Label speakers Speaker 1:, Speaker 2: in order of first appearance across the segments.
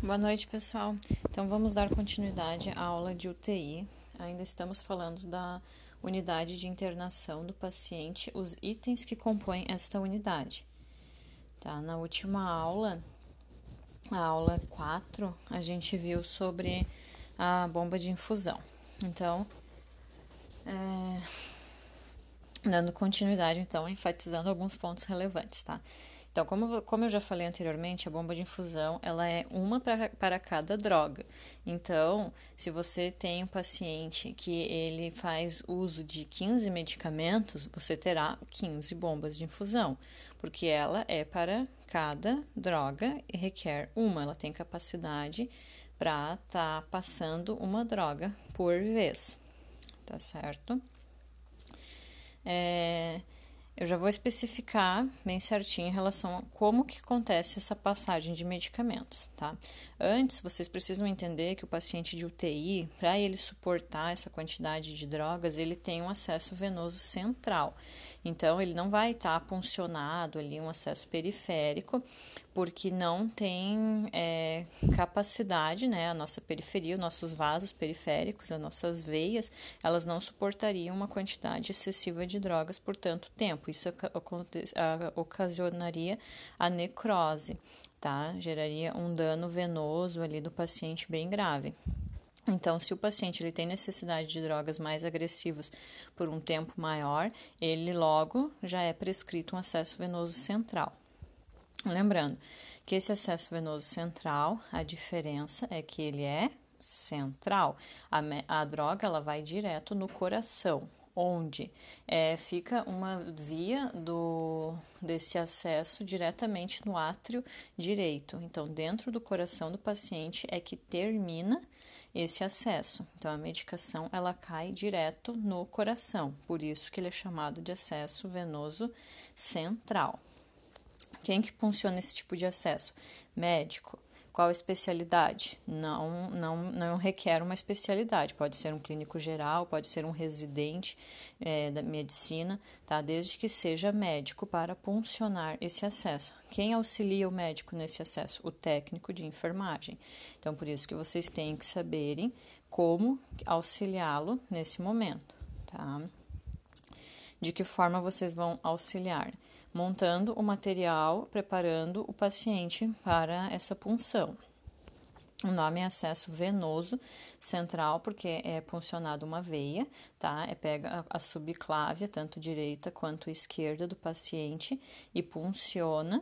Speaker 1: Boa noite, pessoal. Então, vamos dar continuidade à aula de UTI. Ainda estamos falando da unidade de internação do paciente, os itens que compõem esta unidade. Tá? Na última aula, a aula 4, a gente viu sobre a bomba de infusão. Então, dando continuidade, então, enfatizando alguns pontos relevantes, tá? Então, como eu já falei anteriormente, a bomba de infusão, ela é uma para cada droga. Então, se você tem um paciente que ele faz uso de 15 medicamentos, você terá 15 bombas de infusão, porque ela é para cada droga e requer uma, ela tem capacidade para estar passando uma droga por vez, tá certo? Eu já vou especificar bem certinho em relação a como que acontece essa passagem de medicamentos, tá? Antes, vocês precisam entender que o paciente de UTI, para ele suportar essa quantidade de drogas, ele tem um acesso venoso central. Então, ele não vai estar puncionado ali, um acesso periférico, porque não tem capacidade, né? A nossa periferia, os nossos vasos periféricos, as nossas veias, elas não suportariam uma quantidade excessiva de drogas por tanto tempo. Isso ocasionaria a necrose, tá? Geraria um dano venoso ali do paciente bem grave. Então, se o paciente ele tem necessidade de drogas mais agressivas por um tempo maior, ele logo já é prescrito um acesso venoso central. Lembrando que esse acesso venoso central, a diferença é que ele é central. A droga ela vai direto no coração, onde fica uma via desse acesso diretamente no átrio direito. Então, dentro do coração do paciente é que termina esse acesso. Então, a medicação ela cai direto no coração, por isso que ele é chamado de acesso venoso central. Quem que funciona esse tipo de acesso? Médico. Qual a especialidade? Não requer uma especialidade. Pode ser um clínico geral, pode ser um residente da medicina, tá? Desde que seja médico para puncionar esse acesso. Quem auxilia o médico nesse acesso? O técnico de enfermagem. Então, por isso que vocês têm que saberem como auxiliá-lo nesse momento, tá? De que forma vocês vão auxiliar? Montando o material, preparando o paciente para essa punção. O nome é acesso venoso central, porque é puncionado uma veia, tá? Pega a subclávia, tanto direita quanto esquerda do paciente, e punciona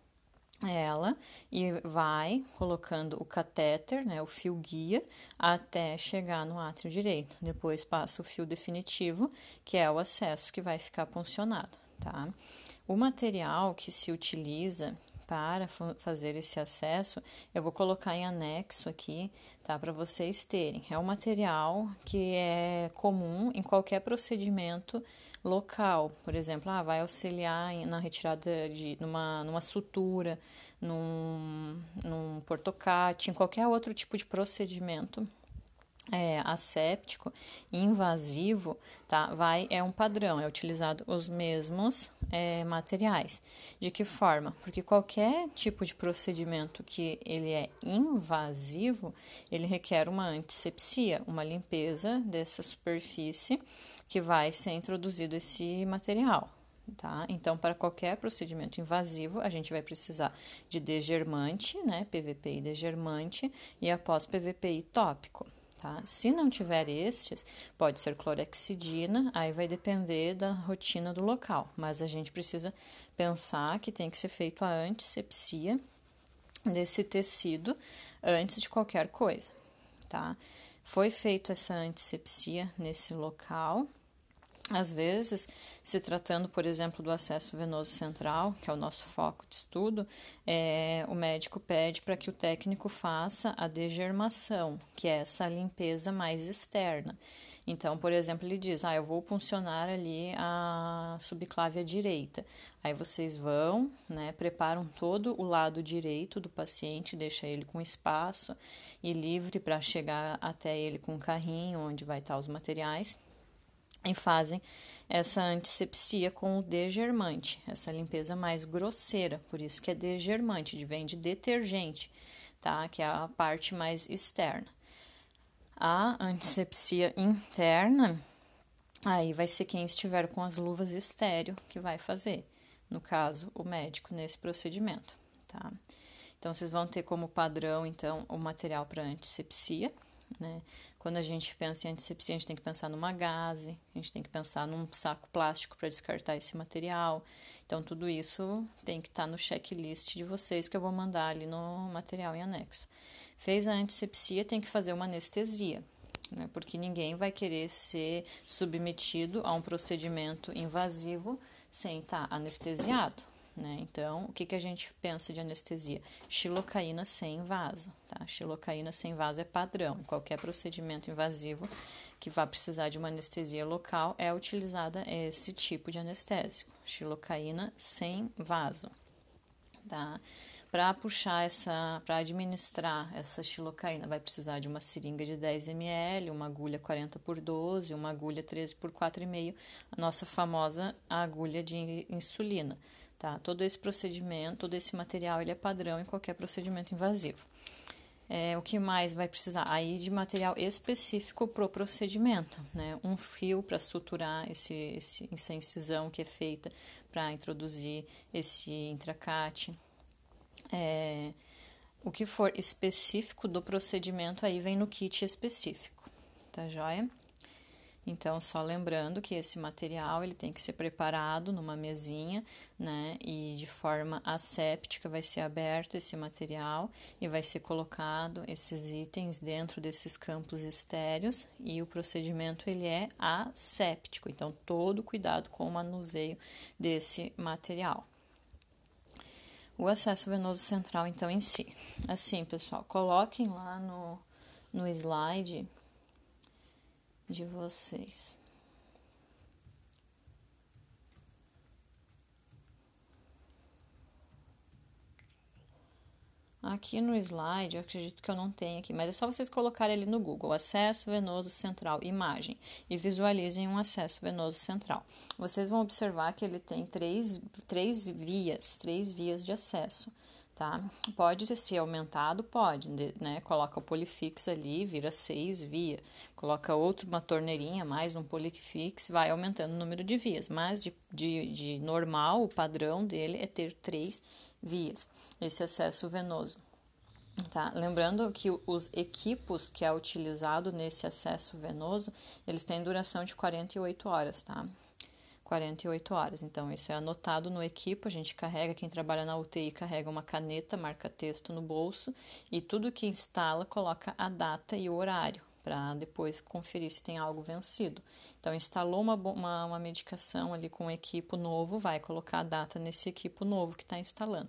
Speaker 1: ela e vai colocando o catéter, né, o fio guia, até chegar no átrio direito. Depois passa o fio definitivo, que é o acesso que vai ficar puncionado, tá? O material que se utiliza para fazer esse acesso, eu vou colocar em anexo aqui, tá, para vocês terem. É um material que é comum em qualquer procedimento local. Por exemplo, vai auxiliar na retirada numa sutura, num portocate, em qualquer outro tipo de procedimento asséptico, invasivo, tá? É um padrão, é utilizado os mesmos materiais. De que forma? Porque qualquer tipo de procedimento que ele é invasivo, ele requer uma antisepsia, uma limpeza dessa superfície que vai ser introduzido esse material. Tá? Então, para qualquer procedimento invasivo, a gente vai precisar de degermante, né? PVPI degermante, e após PVPI tópico. Tá? Se não tiver estes, pode ser clorexidina, aí vai depender da rotina do local, mas a gente precisa pensar que tem que ser feito a antisepsia desse tecido antes de qualquer coisa, tá? Foi feita essa antisepsia nesse local. Às vezes, se tratando, por exemplo, do acesso venoso central, que é o nosso foco de estudo, o médico pede para que o técnico faça a degermação, que é essa limpeza mais externa. Então, por exemplo, ele diz, eu vou puncionar ali a subclávia direita. Aí vocês vão, né, preparam todo o lado direito do paciente, deixa ele com espaço e livre para chegar até ele com um carrinho, onde vai estar os materiais, e fazem essa antisepsia com o degermante, essa limpeza mais grosseira, por isso que é degermante, vem de detergente, tá? Que é a parte mais externa. A antisepsia interna, aí vai ser quem estiver com as luvas estéreo que vai fazer, no caso, o médico nesse procedimento, tá? Então, vocês vão ter como padrão, então, o material para antisepsia, né? Quando a gente pensa em antisepsia, a gente tem que pensar numa gaze, a gente tem que pensar num saco plástico para descartar esse material. Então, tudo isso tem que estar no checklist de vocês, que eu vou mandar ali no material em anexo. Fez a antisepsia, tem que fazer uma anestesia, né? Porque ninguém vai querer ser submetido a um procedimento invasivo sem estar anestesiado, né? Então, o que a gente pensa de anestesia? Xilocaína sem vaso, tá? Xilocaína sem vaso é padrão. Em qualquer procedimento invasivo que vá precisar de uma anestesia local, é utilizada esse tipo de anestésico, xilocaína sem vaso, tá? Para para administrar essa xilocaína, vai precisar de uma seringa de 10 ml, uma agulha 40 por 12, uma agulha 13 por 4,5, a nossa famosa agulha de insulina, tá? Todo esse procedimento, todo esse material, ele é padrão em qualquer procedimento invasivo. O que mais vai precisar? Aí de material específico para o procedimento, né? Um fio para suturar essa incisão que é feita para introduzir esse intracate. O que for específico do procedimento aí vem no kit específico, tá joia? Então, só lembrando que esse material ele tem que ser preparado numa mesinha, né? E de forma asséptica vai ser aberto esse material e vai ser colocado esses itens dentro desses campos estéreos e o procedimento ele é asséptico. Então, todo cuidado com o manuseio desse material. O acesso venoso central, então, em si. Assim, pessoal, coloquem lá no slide de vocês. Aqui no slide, eu acredito que eu não tenho aqui, mas é só vocês colocarem ali no Google, acesso venoso central, imagem, e visualizem um acesso venoso central. Vocês vão observar que ele tem três vias de acesso, tá? Pode ser aumentado, pode, né? Coloca o polifix ali, vira 6 vias, coloca uma torneirinha, mais um polifix, vai aumentando o número de vias, mas de normal, o padrão dele é ter 3 vias, esse acesso venoso, tá? Lembrando que os equipos que é utilizado nesse acesso venoso, eles têm duração de 48 horas, tá? 48 horas, então isso é anotado no equipo, a gente carrega, quem trabalha na UTI carrega uma caneta, marca texto no bolso e tudo que instala coloca a data e o horário, para depois conferir se tem algo vencido. Então, instalou uma medicação ali com um equipo novo, vai colocar a data nesse equipo novo que está instalando.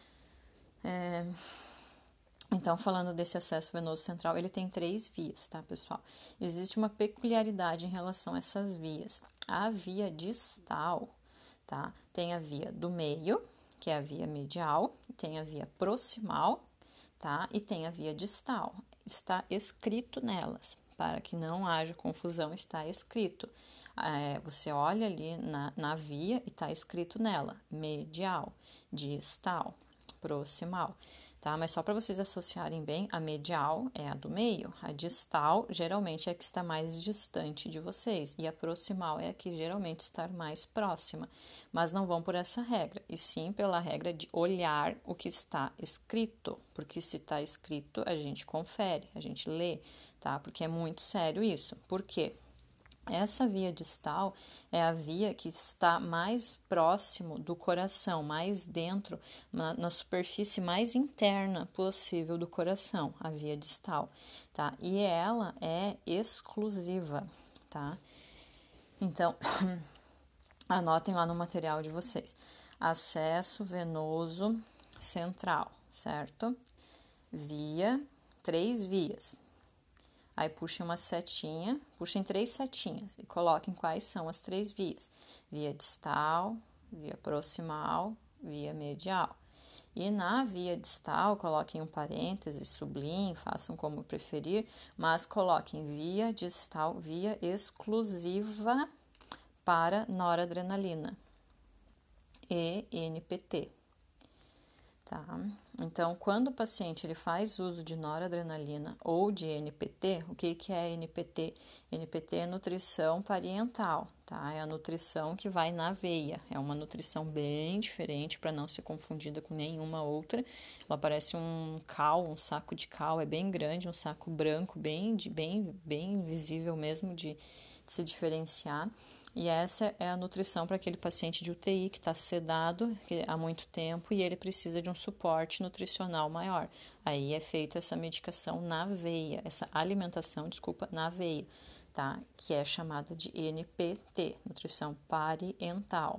Speaker 1: Então, falando desse acesso venoso central, ele tem 3 vias, tá, pessoal? Existe uma peculiaridade em relação a essas vias. A via distal, tá? Tem a via do meio, que é a via medial, tem a via proximal, tá? E tem a via distal. Está escrito nelas, para que não haja confusão, está escrito. Você olha ali na via e está escrito nela, medial, distal, proximal, tá? Mas só para vocês associarem bem, a medial é a do meio, a distal geralmente é a que está mais distante de vocês e a proximal é a que geralmente está mais próxima, mas não vão por essa regra, e sim pela regra de olhar o que está escrito, porque se está escrito a gente confere, a gente lê, tá? Porque é muito sério isso. Por quê? Essa via distal é a via que está mais próximo do coração, mais dentro, na superfície mais interna possível do coração, a via distal, tá? E ela é exclusiva, tá? Então, anotem lá no material de vocês. Acesso venoso central, certo? Via, 3 vias. Aí puxem uma setinha, puxem 3 setinhas e coloquem quais são as 3 vias. Via distal, via proximal, via medial. E na via distal, coloquem um parêntese, sublinhem, façam como preferir, mas coloquem via distal, via exclusiva para noradrenalina e NPT. Tá? Então, quando o paciente ele faz uso de noradrenalina ou de NPT, o que é NPT? NPT é nutrição parenteral, tá? É a nutrição que vai na veia. É uma nutrição bem diferente para não ser confundida com nenhuma outra. Ela parece um cal, um saco de cal, é bem grande, um saco branco, bem visível mesmo de se diferenciar. E essa é a nutrição para aquele paciente de UTI que está sedado há muito tempo e ele precisa de um suporte nutricional maior. Aí é feita essa medicação na veia, essa alimentação, na veia, tá? Que é chamada de NPT, nutrição parenteral.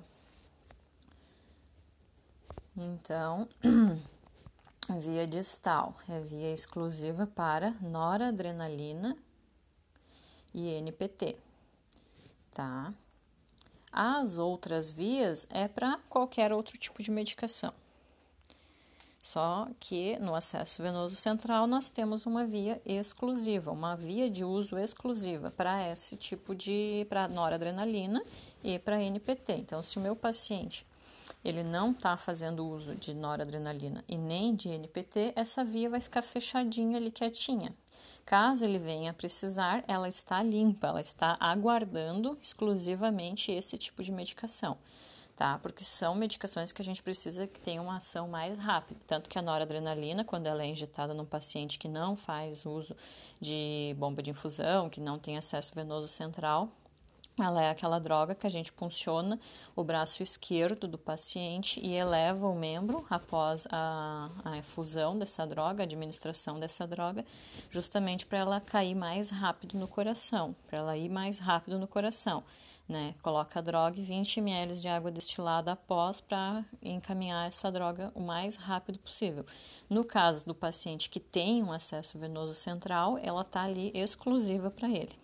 Speaker 1: Então, via distal é via exclusiva para noradrenalina e NPT, tá? As outras vias é para qualquer outro tipo de medicação. Só que no acesso venoso central nós temos uma via exclusiva, uma via de uso exclusiva para esse tipo para noradrenalina e para NPT. Então, se o meu paciente ele não está fazendo uso de noradrenalina e nem de NPT, essa via vai ficar fechadinha ali, quietinha. Caso ele venha a precisar, ela está limpa, ela está aguardando exclusivamente esse tipo de medicação, tá? Porque são medicações que a gente precisa que tenham uma ação mais rápida. Tanto que a noradrenalina, quando ela é injetada num paciente que não faz uso de bomba de infusão, que não tem acesso venoso central, ela é aquela droga que a gente punciona o braço esquerdo do paciente e eleva o membro após a infusão dessa droga, a administração dessa droga, justamente para ela cair mais rápido no coração, para ela ir mais rápido no coração, né? Coloca a droga e 20 ml de água destilada após para encaminhar essa droga o mais rápido possível. No caso do paciente que tem um acesso venoso central, ela está ali exclusiva para ele.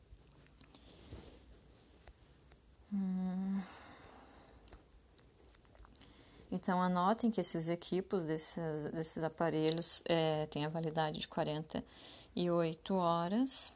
Speaker 1: Então, anotem que esses equipos desses aparelhos têm a validade de 48 horas.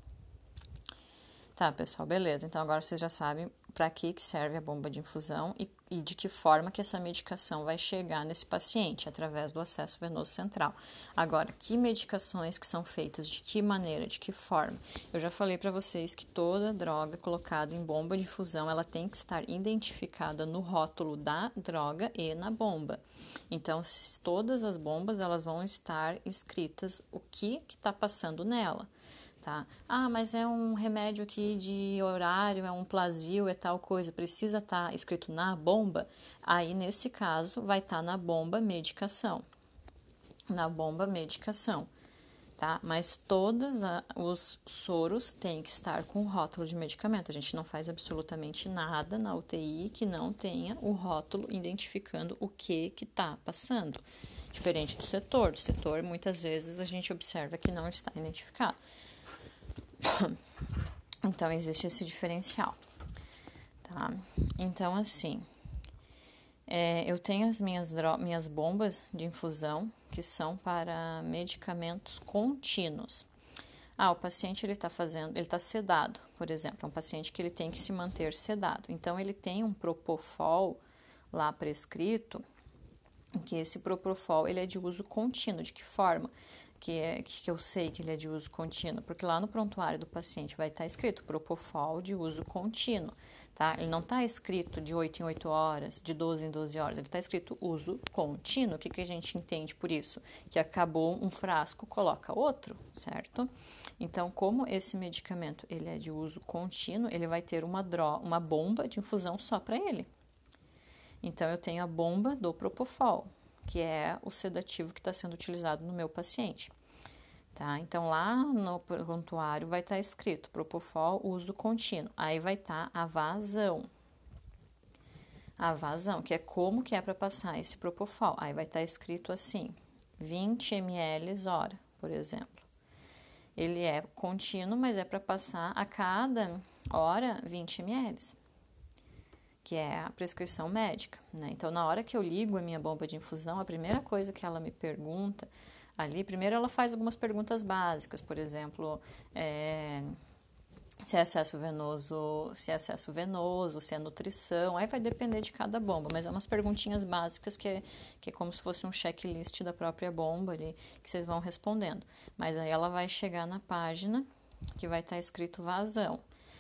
Speaker 1: Tá, pessoal, beleza. Então, agora vocês já sabem para que serve a bomba de infusão e de que forma que essa medicação vai chegar nesse paciente, através do acesso venoso central. Agora, que medicações que são feitas, de que maneira, de que forma? Eu já falei para vocês que toda droga colocada em bomba de infusão, ela tem que estar identificada no rótulo da droga e na bomba. Então, todas as bombas, elas vão estar escritas o que está passando nela. Tá? Ah, mas é um remédio aqui de horário, é um Plasil, é tal coisa, precisa estar escrito na bomba? Aí, nesse caso, vai estar na bomba medicação. Na bomba medicação, tá? Mas todos os soros têm que estar com o rótulo de medicamento. A gente não faz absolutamente nada na UTI que não tenha o rótulo identificando o que está passando. Diferente do setor. Do setor, muitas vezes, a gente observa que não está identificado. Então, existe esse diferencial, tá? Então, assim, eu tenho as minhas bombas de infusão, que são para medicamentos contínuos. O paciente ele está sedado, por exemplo, é um paciente que ele tem que se manter sedado. Então, ele tem um Propofol lá prescrito, que esse Propofol ele é de uso contínuo. De que forma? Que eu sei que ele é de uso contínuo, porque lá no prontuário do paciente vai estar escrito Propofol de uso contínuo, tá? Ele não está escrito de 8 em 8 horas, de 12 em 12 horas, ele está escrito uso contínuo. O que a gente entende por isso? Que acabou um frasco, coloca outro, certo? Então, como esse medicamento ele é de uso contínuo, ele vai ter uma bomba de infusão só para ele. Então, eu tenho a bomba do Propofol, que é o sedativo que está sendo utilizado no meu paciente. Tá? Então, lá no prontuário vai estar escrito Propofol uso contínuo. Aí vai estar a vazão. A vazão, que é como que é para passar esse Propofol. Aí vai estar escrito assim, 20 ml hora, por exemplo. Ele é contínuo, mas é para passar a cada hora 20 ml. Que é a prescrição médica, né? Então, na hora que eu ligo a minha bomba de infusão, a primeira coisa que ela me pergunta ali, primeiro ela faz algumas perguntas básicas, por exemplo, se é excesso venoso, se é nutrição, aí vai depender de cada bomba, mas é umas perguntinhas básicas que é como se fosse um checklist da própria bomba ali, que vocês vão respondendo. Mas aí ela vai chegar na página que vai estar escrito vazão.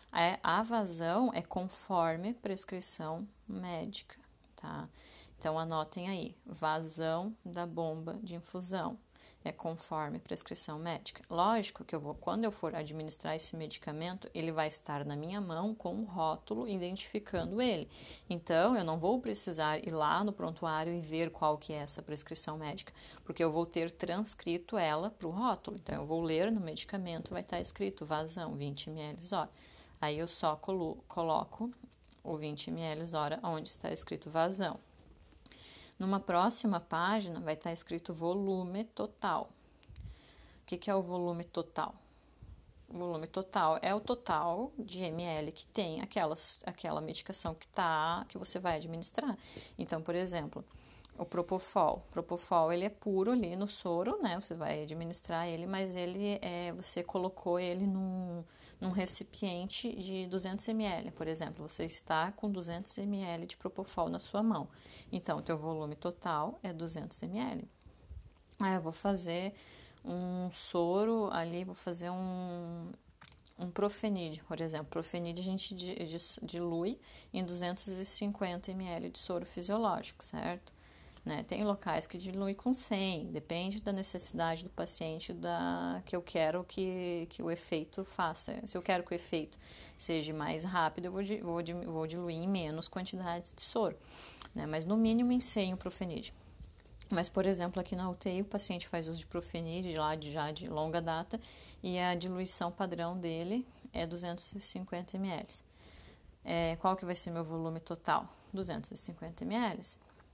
Speaker 1: A vazão é conforme prescrição médica, tá? Então anotem aí, vazão da bomba de infusão. É conforme prescrição médica. Lógico que quando eu for administrar esse medicamento, ele vai estar na minha mão com um rótulo identificando ele. Então, eu não vou precisar ir lá no prontuário e ver qual que é essa prescrição médica, porque eu vou ter transcrito ela para o rótulo. Então, eu vou ler no medicamento, vai estar escrito vazão, 20 ml hora. Aí eu só coloco o 20 ml hora onde está escrito vazão. Numa próxima página vai estar escrito volume total. O que é o volume total? O volume total é o total de ml que tem aquela medicação que você vai administrar. Então, por exemplo, o Propofol. O Propofol ele é puro ali no soro, né? Você vai administrar ele, mas você colocou ele num recipiente de 200 ml, por exemplo. Você está com 200 ml de Propofol na sua mão. Então, o teu volume total é 200 ml. Aí eu vou fazer um soro ali, vou fazer um Profenid, por exemplo. Profenid a gente dilui em 250 ml de soro fisiológico, certo? Né? Tem locais que dilui com 100, depende da necessidade do paciente, que eu quero que o efeito faça. Se eu quero que o efeito seja mais rápido, eu vou diluir em menos quantidades de soro, né? Mas no mínimo em 100 o Profenid. Mas, por exemplo, aqui na UTI o paciente faz uso de Profenid já de longa data e a diluição padrão dele é 250 ml. Qual que vai ser meu volume total? 250 ml.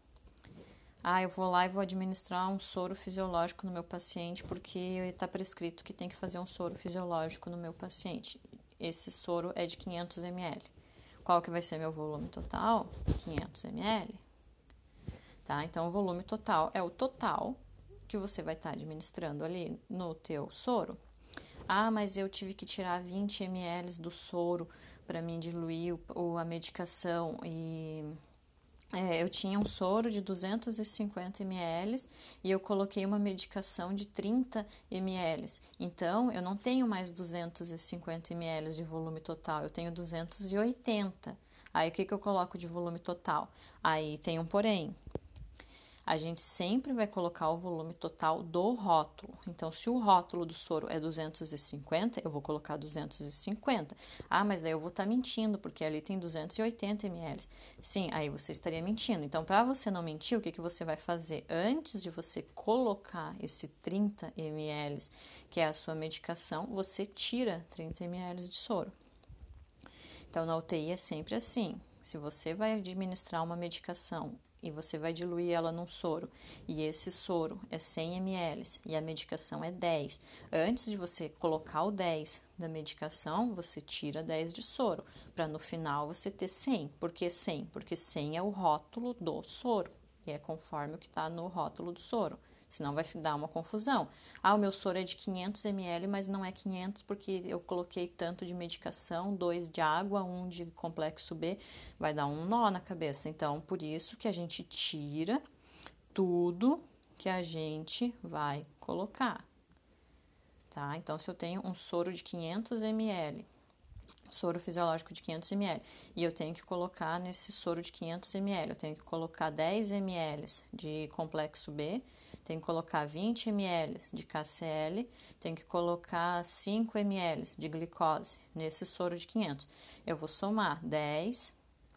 Speaker 1: Eu vou lá e vou administrar um soro fisiológico no meu paciente porque está prescrito que tem que fazer um soro fisiológico no meu paciente. Esse soro é de 500 ml. Qual que vai ser meu volume total? 500 ml. Tá? Então, o volume total é o total que você vai estar administrando ali no teu soro. Mas eu tive que tirar 20 ml do soro para mim diluir a medicação e... eu tinha um soro de 250 ml e eu coloquei uma medicação de 30 ml. Então, eu não tenho mais 250 ml de volume total, eu tenho 280. Aí, o que eu coloco de volume total? Aí tem um porém. A gente sempre vai colocar o volume total do rótulo. Então, se o rótulo do soro é 250, eu vou colocar 250. Mas daí eu vou estar mentindo, porque ali tem 280 ml. Sim, aí você estaria mentindo. Então, para você não mentir, o que você vai fazer? Antes de você colocar esse 30 ml, que é a sua medicação, você tira 30 ml de soro. Então, na UTI é sempre assim. Se você vai administrar uma medicação e você vai diluir ela num soro, e esse soro é 100 ml e a medicação é 10. Antes de você colocar o 10 da medicação, você tira 10 de soro, para no final você ter 100. Por que 100? Porque 100 é o rótulo do soro, e é conforme o que está no rótulo do soro. Senão vai dar uma confusão. O meu soro é de 500 ml, mas não é 500 porque eu coloquei tanto de medicação, 2 de água, 1 de complexo B, vai dar um nó na cabeça. Então, por isso que a gente tira tudo que a gente vai colocar, tá? Então, se eu tenho um soro de 500 ml, soro fisiológico de 500 ml, e eu tenho que colocar nesse soro de 500 ml, eu tenho que colocar 10 ml de complexo B, tenho que colocar 20 ml de KCl, tenho que colocar 5 ml de glicose nesse soro de 500. Eu vou somar 10,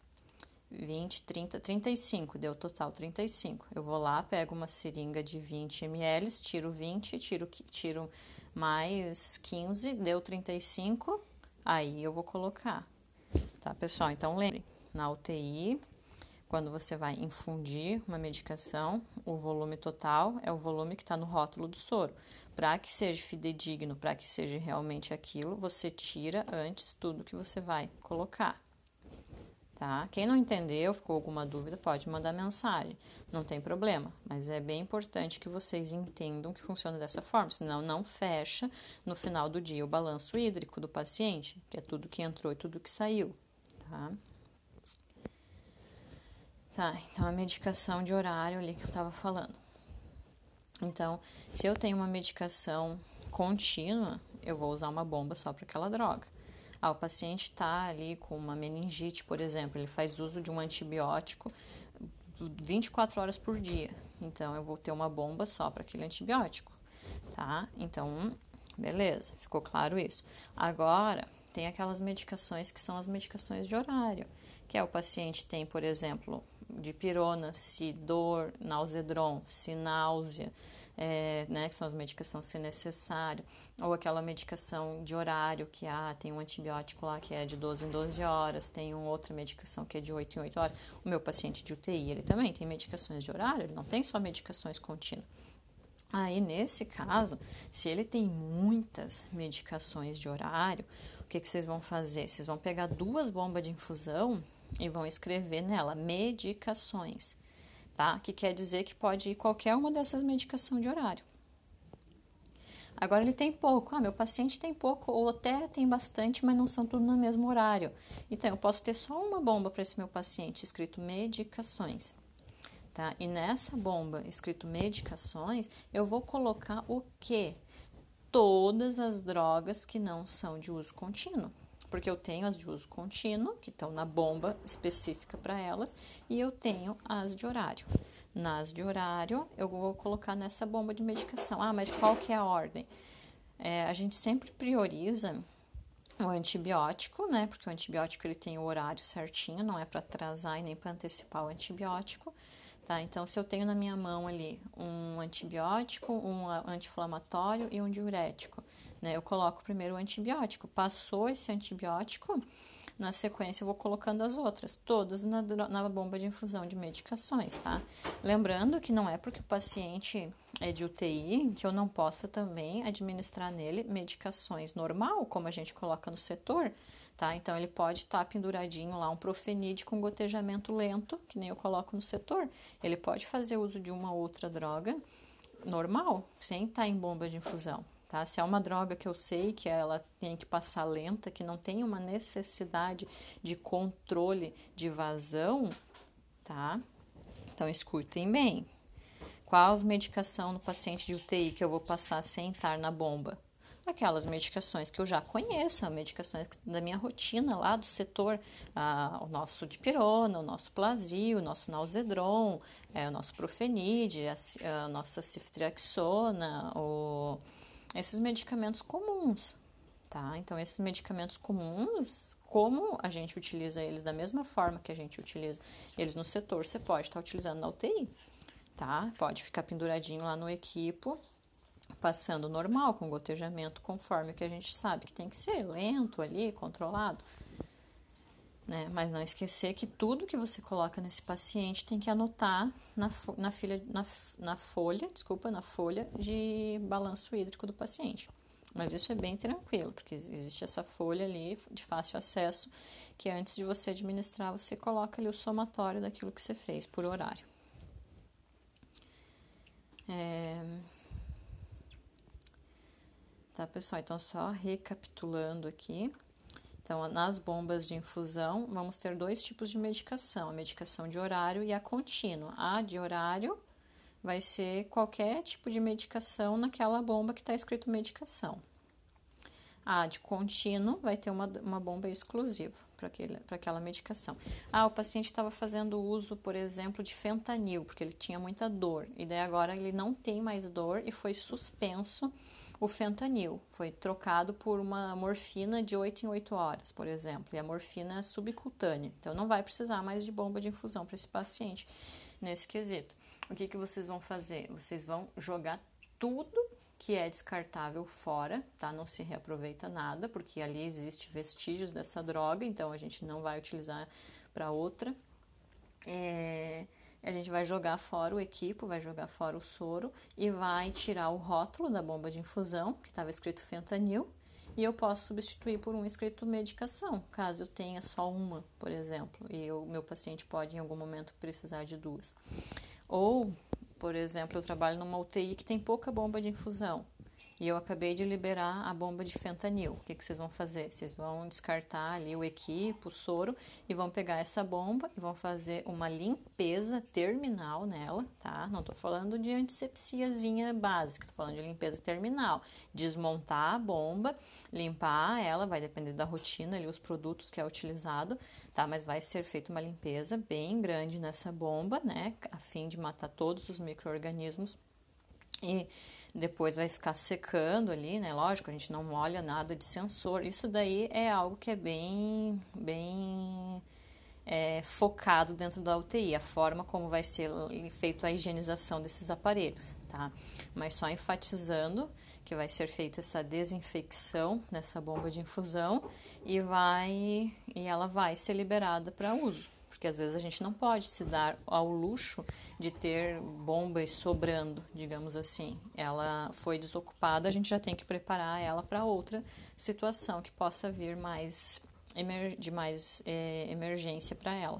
Speaker 1: 20, 30, 35, deu total 35. Eu vou lá, pego uma seringa de 20 ml, tiro 20, tiro mais 15, deu 35, aí eu vou colocar. Tá, pessoal? Então, lembre, na UTI... Quando você vai infundir uma medicação, o volume total é o volume que está no rótulo do soro. Para que seja fidedigno, para que seja realmente aquilo, você tira antes tudo que você vai colocar. tá? Quem não entendeu, ficou alguma dúvida, pode mandar mensagem, não tem problema, mas é bem importante que vocês entendam que funciona dessa forma, senão não fecha no final do dia o balanço hídrico do paciente, que é tudo que entrou e tudo que saiu, tá? Tá, então a medicação de horário ali que eu tava falando. Então, se eu tenho uma medicação contínua, eu vou usar uma bomba só para aquela droga. O paciente está ali com uma meningite, por exemplo, ele faz uso de um antibiótico 24 horas por dia. Então, eu vou ter uma bomba só para aquele antibiótico, tá? Então, beleza, ficou claro isso. Agora, tem aquelas medicações que são as medicações de horário, que é o paciente tem, por exemplo, dipirona, se dor, Nauzedron, se náusea, né, que são as medicações se necessário, ou aquela medicação de horário que tem um antibiótico lá que é de 12 em 12 horas, tem uma outra medicação que é de 8 em 8 horas. O meu paciente de UTI, ele também tem medicações de horário, ele não tem só medicações contínuas. Aí, nesse caso, se ele tem muitas medicações de horário, o que vocês vão fazer? Vocês vão pegar 2 bombas de infusão e vão escrever nela medicações, tá? Que quer dizer que pode ir qualquer uma dessas medicações de horário. Agora ele tem pouco, meu paciente tem pouco ou até tem bastante, mas não são tudo no mesmo horário. Então, eu posso ter só uma bomba para esse meu paciente, escrito medicações. Tá? E nessa bomba escrito medicações, eu vou colocar o quê? Todas as drogas que não são de uso contínuo. Porque eu tenho as de uso contínuo, que estão na bomba específica para elas, e eu tenho as de horário. Nas de horário, eu vou colocar nessa bomba de medicação. Mas qual que é a ordem? A gente sempre prioriza o antibiótico, né? Porque o antibiótico ele tem o horário certinho, não é para atrasar e nem para antecipar o antibiótico. Tá? Então, se eu tenho na minha mão ali um antibiótico, um anti-inflamatório e um diurético, né? Eu coloco primeiro o antibiótico. Passou esse antibiótico, na sequência eu vou colocando as outras, todas na bomba de infusão de medicações, tá? Lembrando que não é porque o paciente é de UTI que eu não possa também administrar nele medicações normal, como a gente coloca no setor, tá? Então, ele pode estar penduradinho lá, um Profenid com gotejamento lento, que nem eu coloco no setor. Ele pode fazer uso de uma outra droga normal, sem estar em bomba de infusão, tá? Se é uma droga que eu sei que ela tem que passar lenta, que não tem uma necessidade de controle de vazão, tá? Então, escutem bem. Qual a medicação no paciente de UTI que eu vou passar sem estar na bomba? Aquelas medicações que eu já conheço, medicações da minha rotina lá do setor, o nosso dipirona, o nosso Plasil, o nosso Nauzedron, o nosso Profenid, a nossa ciftriaxona, esses medicamentos comuns, tá? Então, esses medicamentos comuns, como a gente utiliza eles da mesma forma que a gente utiliza eles no setor, você pode estar utilizando na UTI, tá? Pode ficar penduradinho lá no equipo, passando normal, com gotejamento, conforme que a gente sabe que tem que ser, lento ali, controlado, né? Mas não esquecer que tudo que você coloca nesse paciente tem que anotar na folha de balanço hídrico do paciente. Mas isso é bem tranquilo, porque existe essa folha ali de fácil acesso, que antes de você administrar, você coloca ali o somatório daquilo que você fez por horário. Tá, pessoal? Então, só recapitulando aqui. Então, nas bombas de infusão, vamos ter 2 tipos de medicação. A medicação de horário e a contínua. A de horário vai ser qualquer tipo de medicação naquela bomba que está escrito medicação. A de contínuo vai ter uma bomba exclusiva para aquela medicação. O paciente estava fazendo uso, por exemplo, de fentanil, porque ele tinha muita dor. E daí agora ele não tem mais dor e foi suspenso o fentanil. Foi trocado por uma morfina de 8 em 8 horas, por exemplo. E a morfina é subcutânea. Então, não vai precisar mais de bomba de infusão para esse paciente nesse quesito. O que vocês vão fazer? Vocês vão jogar tudo que é descartável fora, tá? Não se reaproveita nada, porque ali existe vestígios dessa droga, então a gente não vai utilizar para outra. A gente vai jogar fora o equipo, vai jogar fora o soro e vai tirar o rótulo da bomba de infusão, que estava escrito fentanil, e eu posso substituir por um escrito medicação, caso eu tenha só uma, por exemplo, e o meu paciente pode em algum momento precisar de duas. Ou, por exemplo, eu trabalho numa UTI que tem pouca bomba de infusão e eu acabei de liberar a bomba de fentanil. O que vocês vão fazer? Vocês vão descartar ali o equipo, o soro, e vão pegar essa bomba e vão fazer uma limpeza terminal nela, tá? Não tô falando de antisepsiazinha básica, tô falando de limpeza terminal. Desmontar a bomba, limpar ela, vai depender da rotina ali, os produtos que é utilizado, tá? Mas vai ser feita uma limpeza bem grande nessa bomba, né? A fim de matar todos os micro-organismos. E depois vai ficar secando ali, né? Lógico, a gente não molha nada de sensor. Isso daí é algo que é bem focado dentro da UTI, a forma como vai ser feita a higienização desses aparelhos, tá? Mas só enfatizando que vai ser feita essa desinfecção nessa bomba de infusão e ela vai ser liberada para uso. Porque às vezes a gente não pode se dar ao luxo de ter bombas sobrando, digamos assim. Ela foi desocupada, a gente já tem que preparar ela para outra situação que possa vir de mais emergência para ela.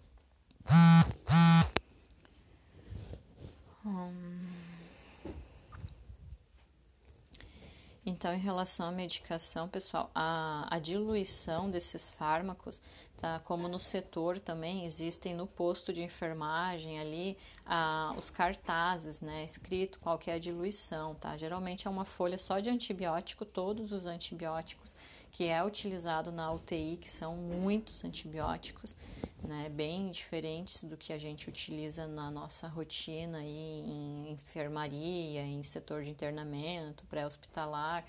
Speaker 1: Então, em relação à medicação, pessoal, a diluição desses fármacos, tá? Como no setor também existem no posto de enfermagem ali os cartazes, né? Escrito qual que é a diluição, tá? Geralmente é uma folha só de antibiótico, todos os antibióticos que é utilizado na UTI, que são muitos antibióticos, né? Bem diferentes do que a gente utiliza na nossa rotina aí em enfermaria, em setor de internamento, pré-hospitalar.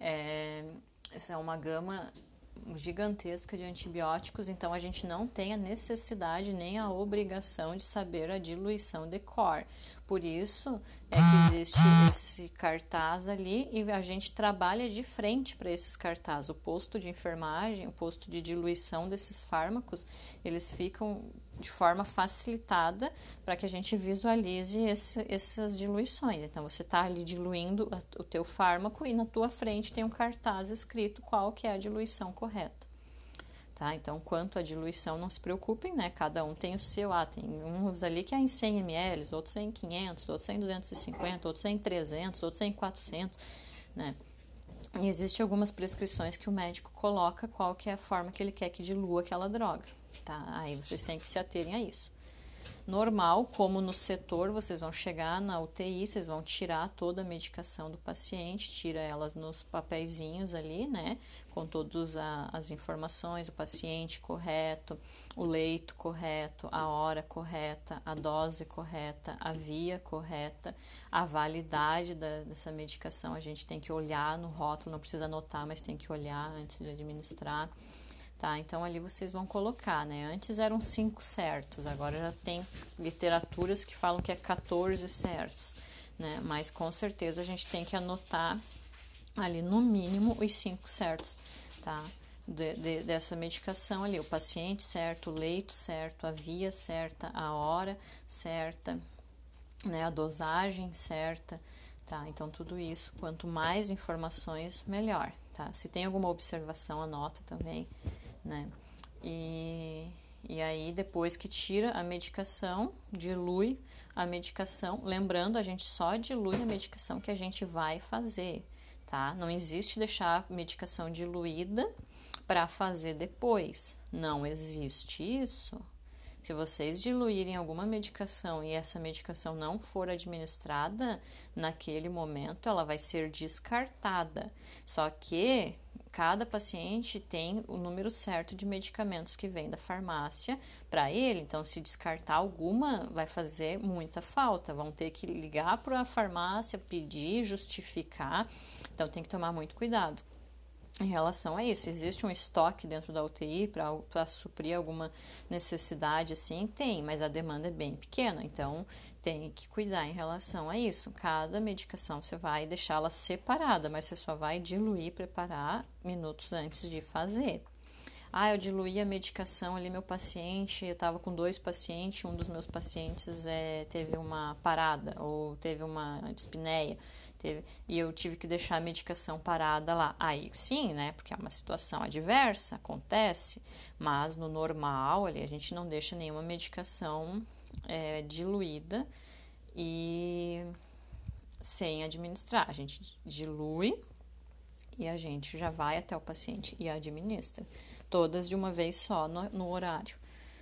Speaker 1: Essa é uma gama gigantesca de antibióticos, então a gente não tem a necessidade nem a obrigação de saber a diluição de cor. Por isso é que existe esse cartaz ali e a gente trabalha de frente para esses cartazes. O posto de enfermagem, o posto de diluição desses fármacos, eles ficam de forma facilitada para que a gente visualize essas diluições. Então, você está ali diluindo o teu fármaco e na tua frente tem um cartaz escrito qual que é a diluição correta. Tá? Então, quanto à diluição, não se preocupem, né? Cada um tem o seu. Tem uns ali que é em 100 ml, outros é em 500, outros é em 250, outros é em 300, outros é em 400, né? E existem algumas prescrições que o médico coloca qual que é a forma que ele quer que dilua aquela droga, tá? Aí vocês têm que se aterem a isso. Normal, como no setor, vocês vão chegar na UTI, vocês vão tirar toda a medicação do paciente, tira elas nos papeizinhos ali, né, com todas as informações, o paciente correto, o leito correto, a hora correta, a dose correta, a via correta, a validade dessa medicação, a gente tem que olhar no rótulo, não precisa anotar, mas tem que olhar antes de administrar. Tá, então ali vocês vão colocar, né? Antes eram 5 certos, agora já tem literaturas que falam que é 14 certos, né? Mas com certeza a gente tem que anotar ali no mínimo os 5 certos, tá? Dessa medicação ali, o paciente certo, o leito certo, a via certa, a hora certa, né? A dosagem certa, tá? Então tudo isso, quanto mais informações, melhor, tá? Se tem alguma observação, anota também, né? E aí depois que tira a medicação, dilui a medicação, lembrando, a gente só dilui a medicação que a gente vai fazer, tá? Não existe deixar a medicação diluída para fazer depois, não existe isso. Se vocês diluírem alguma medicação e essa medicação não for administrada naquele momento, ela vai ser descartada. Só que cada paciente tem o número certo de medicamentos que vem da farmácia para ele. Então, se descartar alguma, vai fazer muita falta. Vão ter que ligar para a farmácia, pedir, justificar. Então, tem que tomar muito cuidado. Em relação a isso, existe um estoque dentro da UTI para suprir alguma necessidade, assim? Tem, mas a demanda é bem pequena, então tem que cuidar em relação a isso. Cada medicação você vai deixá-la separada, mas você só vai diluir, preparar minutos antes de fazer. Eu diluí a medicação ali, meu paciente, eu estava com 2 pacientes, um dos meus pacientes teve uma parada ou teve uma dispneia. e eu tive que deixar a medicação parada lá. Aí sim, né? Porque é uma situação adversa, acontece, mas no normal ali a gente não deixa nenhuma medicação diluída e sem administrar. A gente dilui e a gente já vai até o paciente e administra. Todas de uma vez só no horário.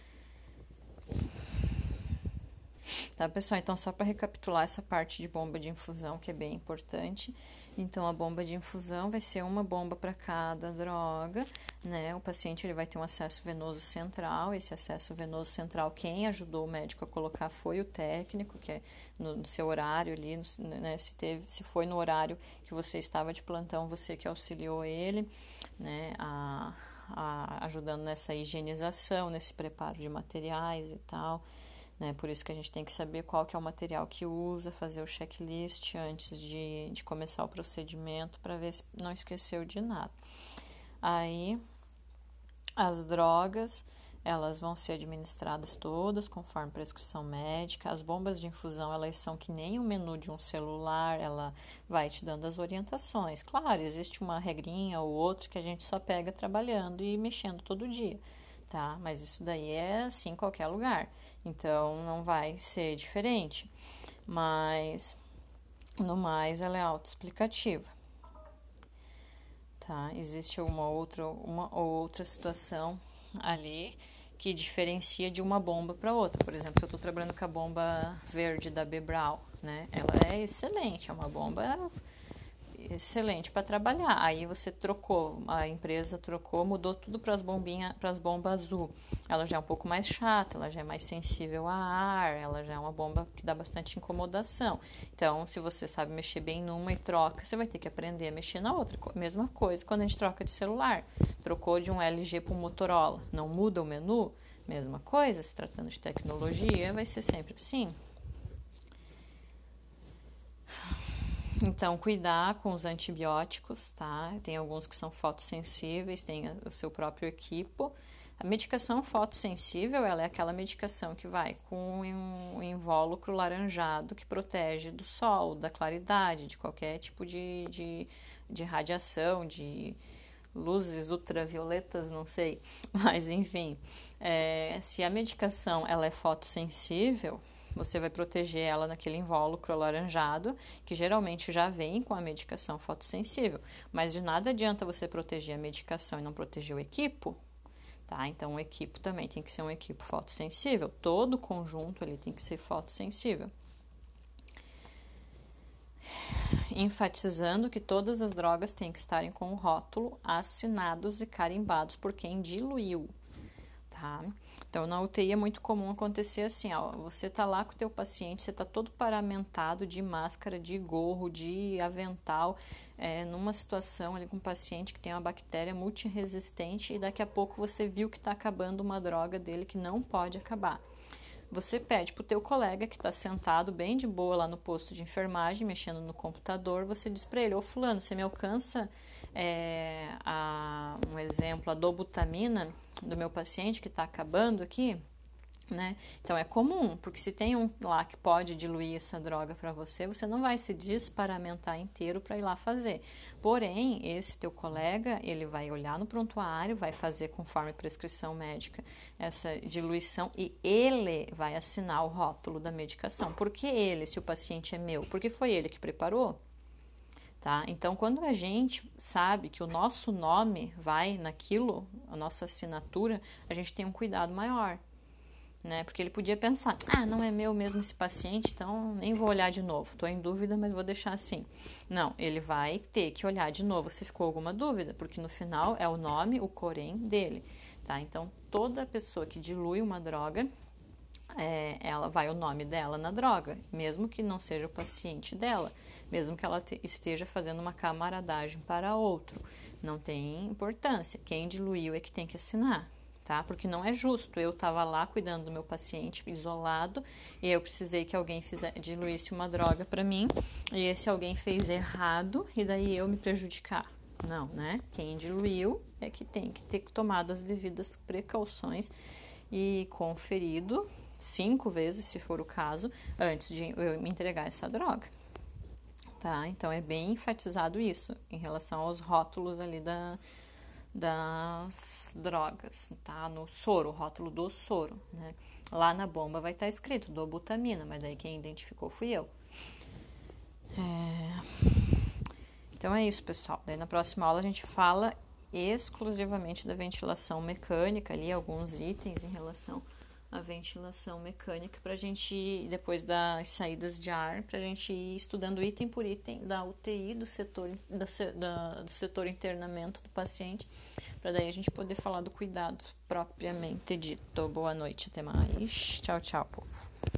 Speaker 1: Tá, pessoal? Então, só para recapitular essa parte de bomba de infusão, que é bem importante. Então, a bomba de infusão vai ser uma bomba para cada droga, né? O paciente ele vai ter um acesso venoso central. Esse acesso venoso central, quem ajudou o médico a colocar foi o técnico, que é no seu horário ali, né? Se foi no horário que você estava de plantão, você que auxiliou ele, né? Ajudando nessa higienização, nesse preparo de materiais e tal. Né? Por isso que a gente tem que saber qual que é o material que usa, fazer o checklist antes de começar o procedimento para ver se não esqueceu de nada. Aí, as drogas, elas vão ser administradas todas conforme prescrição médica. As bombas de infusão, elas são que nem o menu de um celular, ela vai te dando as orientações. Claro, existe uma regrinha ou outra que a gente só pega trabalhando e mexendo todo dia. Tá? Mas isso daí é assim em qualquer lugar, então não vai ser diferente, mas no mais ela é autoexplicativa, tá? Existe uma ou outra situação ali que diferencia de uma bomba para outra. Por exemplo, se eu estou trabalhando com a bomba verde da Bebral, né? Ela é excelente, é uma bomba excelente para trabalhar. Aí você trocou, a empresa trocou, mudou tudo para as bombas azul. Ela já é um pouco mais chata, ela já é mais sensível a ar, ela já é uma bomba que dá bastante incomodação. Então, se você sabe mexer bem numa e troca, você vai ter que aprender a mexer na outra. Mesma coisa quando a gente troca de celular. Trocou de um LG para um Motorola, não muda o menu? Mesma coisa, se tratando de tecnologia, vai ser sempre assim. Então, cuidar com os antibióticos, tá? Tem alguns que são fotossensíveis, tem o seu próprio equipo. A medicação fotossensível, ela é aquela medicação que vai com um invólucro laranjado que protege do sol, da claridade, de qualquer tipo de radiação, de luzes ultravioletas, não sei. Mas, enfim, se a medicação ela é fotossensível, você vai proteger ela naquele invólucro alaranjado, que geralmente já vem com a medicação fotossensível. Mas de nada adianta você proteger a medicação e não proteger o equipo, tá? Então, o equipo também tem que ser um equipo fotossensível. Todo o conjunto ele tem que ser fotossensível. Enfatizando que todas as drogas têm que estarem com o rótulo assinados e carimbados por quem diluiu, tá? Então, na UTI é muito comum acontecer assim, ó, você tá lá com o teu paciente, você tá todo paramentado de máscara, de gorro, de avental, numa situação ali com um paciente que tem uma bactéria multiresistente e daqui a pouco você viu que está acabando uma droga dele que não pode acabar. Você pede pro teu colega que está sentado bem de boa lá no posto de enfermagem, mexendo no computador, você diz para ele, ô fulano, você me alcança um exemplo, a dobutamina do meu paciente que está acabando aqui, né? Então é comum, porque se tem um lá que pode diluir essa droga para você, você não vai se desparamentar inteiro para ir lá fazer. Porém, esse teu colega, ele vai olhar no prontuário, vai fazer conforme prescrição médica essa diluição e ele vai assinar o rótulo da medicação. Por que ele, se o paciente é meu? Porque foi ele que preparou. Tá? Então, quando a gente sabe que o nosso nome vai naquilo, a nossa assinatura, a gente tem um cuidado maior, né? Porque ele podia pensar, não é meu mesmo esse paciente, então nem vou olhar de novo. Estou em dúvida, mas vou deixar assim. Não, ele vai ter que olhar de novo se ficou alguma dúvida, porque no final é o nome, o corém dele, tá? Então, toda pessoa que dilui uma droga, ela vai o nome dela na droga, mesmo que não seja o paciente dela, mesmo que ela esteja fazendo uma camaradagem para outro, não tem importância. Quem diluiu é que tem que assinar, tá? Porque não é justo. Eu estava lá cuidando do meu paciente isolado e eu precisei que alguém diluísse uma droga para mim e esse alguém fez errado e daí eu me prejudicar. Não, né? Quem diluiu é que tem que ter tomado as devidas precauções e conferido 5 vezes, se for o caso, antes de eu me entregar essa droga, tá? Então, é bem enfatizado isso em relação aos rótulos ali das drogas, tá? No soro, o rótulo do soro, né? Lá na bomba vai estar escrito dobutamina, mas daí quem identificou fui eu. Então é isso, pessoal. Daí na próxima aula a gente fala exclusivamente da ventilação mecânica, ali alguns itens em relação à ventilação mecânica para a gente, depois das saídas de ar, para a gente ir estudando item por item da UTI, do setor internamento do paciente, para daí a gente poder falar do cuidado propriamente dito. Boa noite, até mais. Tchau, tchau, povo.